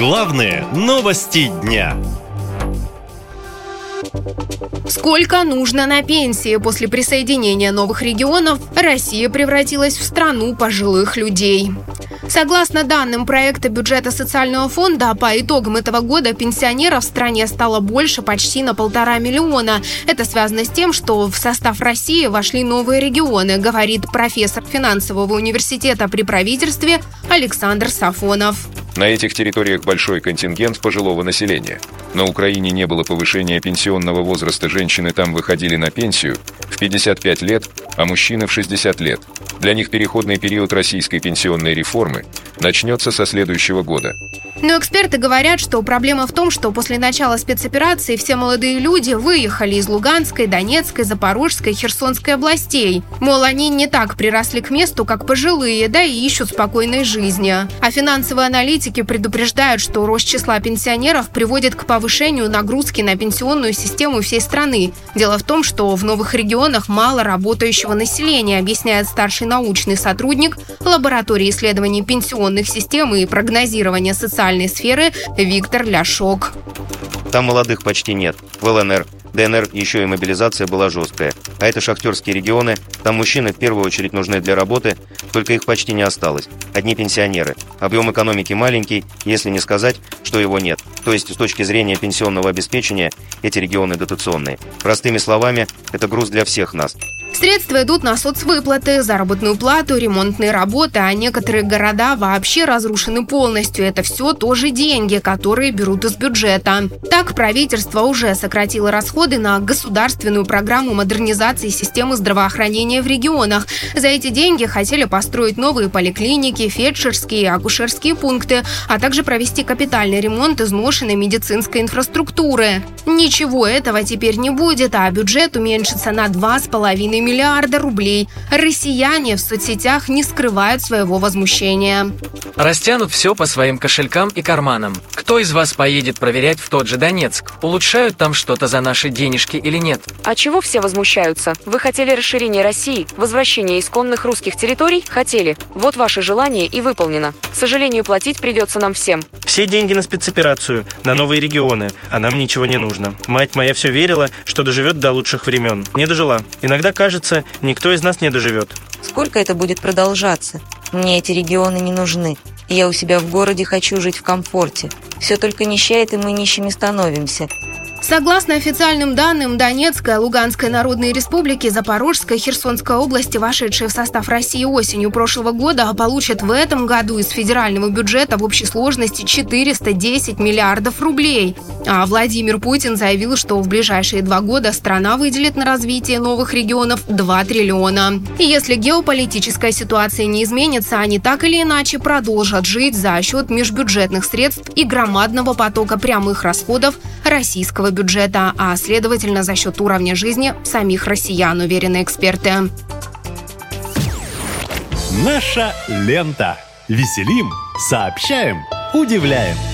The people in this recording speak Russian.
Главные новости дня. Сколько нужно на пенсии? После присоединения новых регионов Россия превратилась в страну пожилых людей. Согласно данным проекта бюджета социального фонда, по итогам этого года пенсионеров в стране стало больше почти на 1,5 миллиона. Это связано с тем, что в состав России вошли новые регионы, говорит профессор финансового университета при правительстве Александр Сафонов. На этих территориях большой контингент пожилого населения. На Украине не было повышения пенсионного возраста, женщины там выходили на пенсию в 55 лет, а мужчины в 60 лет. Для них переходный период российской пенсионной реформы начнется со следующего года. Но эксперты говорят, что проблема в том, что после начала спецоперации все молодые люди выехали из Луганской, Донецкой, Запорожской, Херсонской областей. Мол, они не так приросли к месту, как пожилые, да и ищут спокойной жизни. А финансовые аналитики предупреждают, что рост числа пенсионеров приводит к повышению нагрузки на пенсионную систему всей страны. Дело в том, что в новых регионах мало работающего населения, объясняет старший научный сотрудник лаборатории исследований пенсионных систем и прогнозирования социальной сферы Виктор Ляшок. Там молодых почти нет. В ЛНР, ДНР еще и мобилизация была жесткая. А это шахтерские регионы, там мужчины в первую очередь нужны для работы, только их почти не осталось. Одни пенсионеры. Объем экономики маленький, если не сказать, что его нет. То есть с точки зрения пенсионного обеспечения эти регионы дотационные. Простыми словами, это груз для всех нас. Средства идут на соцвыплаты, заработную плату, ремонтные работы, а некоторые города вообще разрушены полностью. Это все тоже деньги, которые берут из бюджета. Так, правительство уже сократило расходы на государственную программу модернизации системы здравоохранения в регионах. За эти деньги хотели построить новые поликлиники, фельдшерские и акушерские пункты, а также провести капитальный ремонт изношенной медицинской инфраструктуры. Ничего этого теперь не будет, а бюджет уменьшится на 2,5 миллиарда рублей. Россияне в соцсетях не скрывают своего возмущения. Растянут все по своим кошелькам и карманам. Кто из вас поедет проверять в тот же Донецк? Улучшают там что-то за наши денежки или нет? А чего все возмущаются? Вы хотели расширения России, возвращения исконных русских территорий? Хотели. Вот ваше желание и выполнено. К сожалению, платить придется нам всем. Все деньги на спецоперацию, на новые регионы, а нам ничего не нужно. Мать моя все верила, что доживет до лучших времен. Не дожила. Иногда кажется, никто из нас не доживет. Сколько это будет продолжаться? Мне эти регионы не нужны. Я у себя в городе хочу жить в комфорте. Все только нищает, и мы нищими становимся. Согласно официальным данным, Донецкая, Луганская народные республики, Запорожская, Херсонская области, вошедшие в состав России осенью прошлого года, получат в этом году из федерального бюджета в общей сложности 410 миллиардов рублей. А Владимир Путин заявил, что в ближайшие 2 года страна выделит на развитие новых регионов 2 триллиона. И если геополитическая ситуация не изменится, они так или иначе продолжат жить за счет межбюджетных средств и громадного потока прямых расходов российского бюджета, а следовательно за счет уровня жизни самих россиян, уверены эксперты. Наша лента. Веселим, сообщаем, удивляем.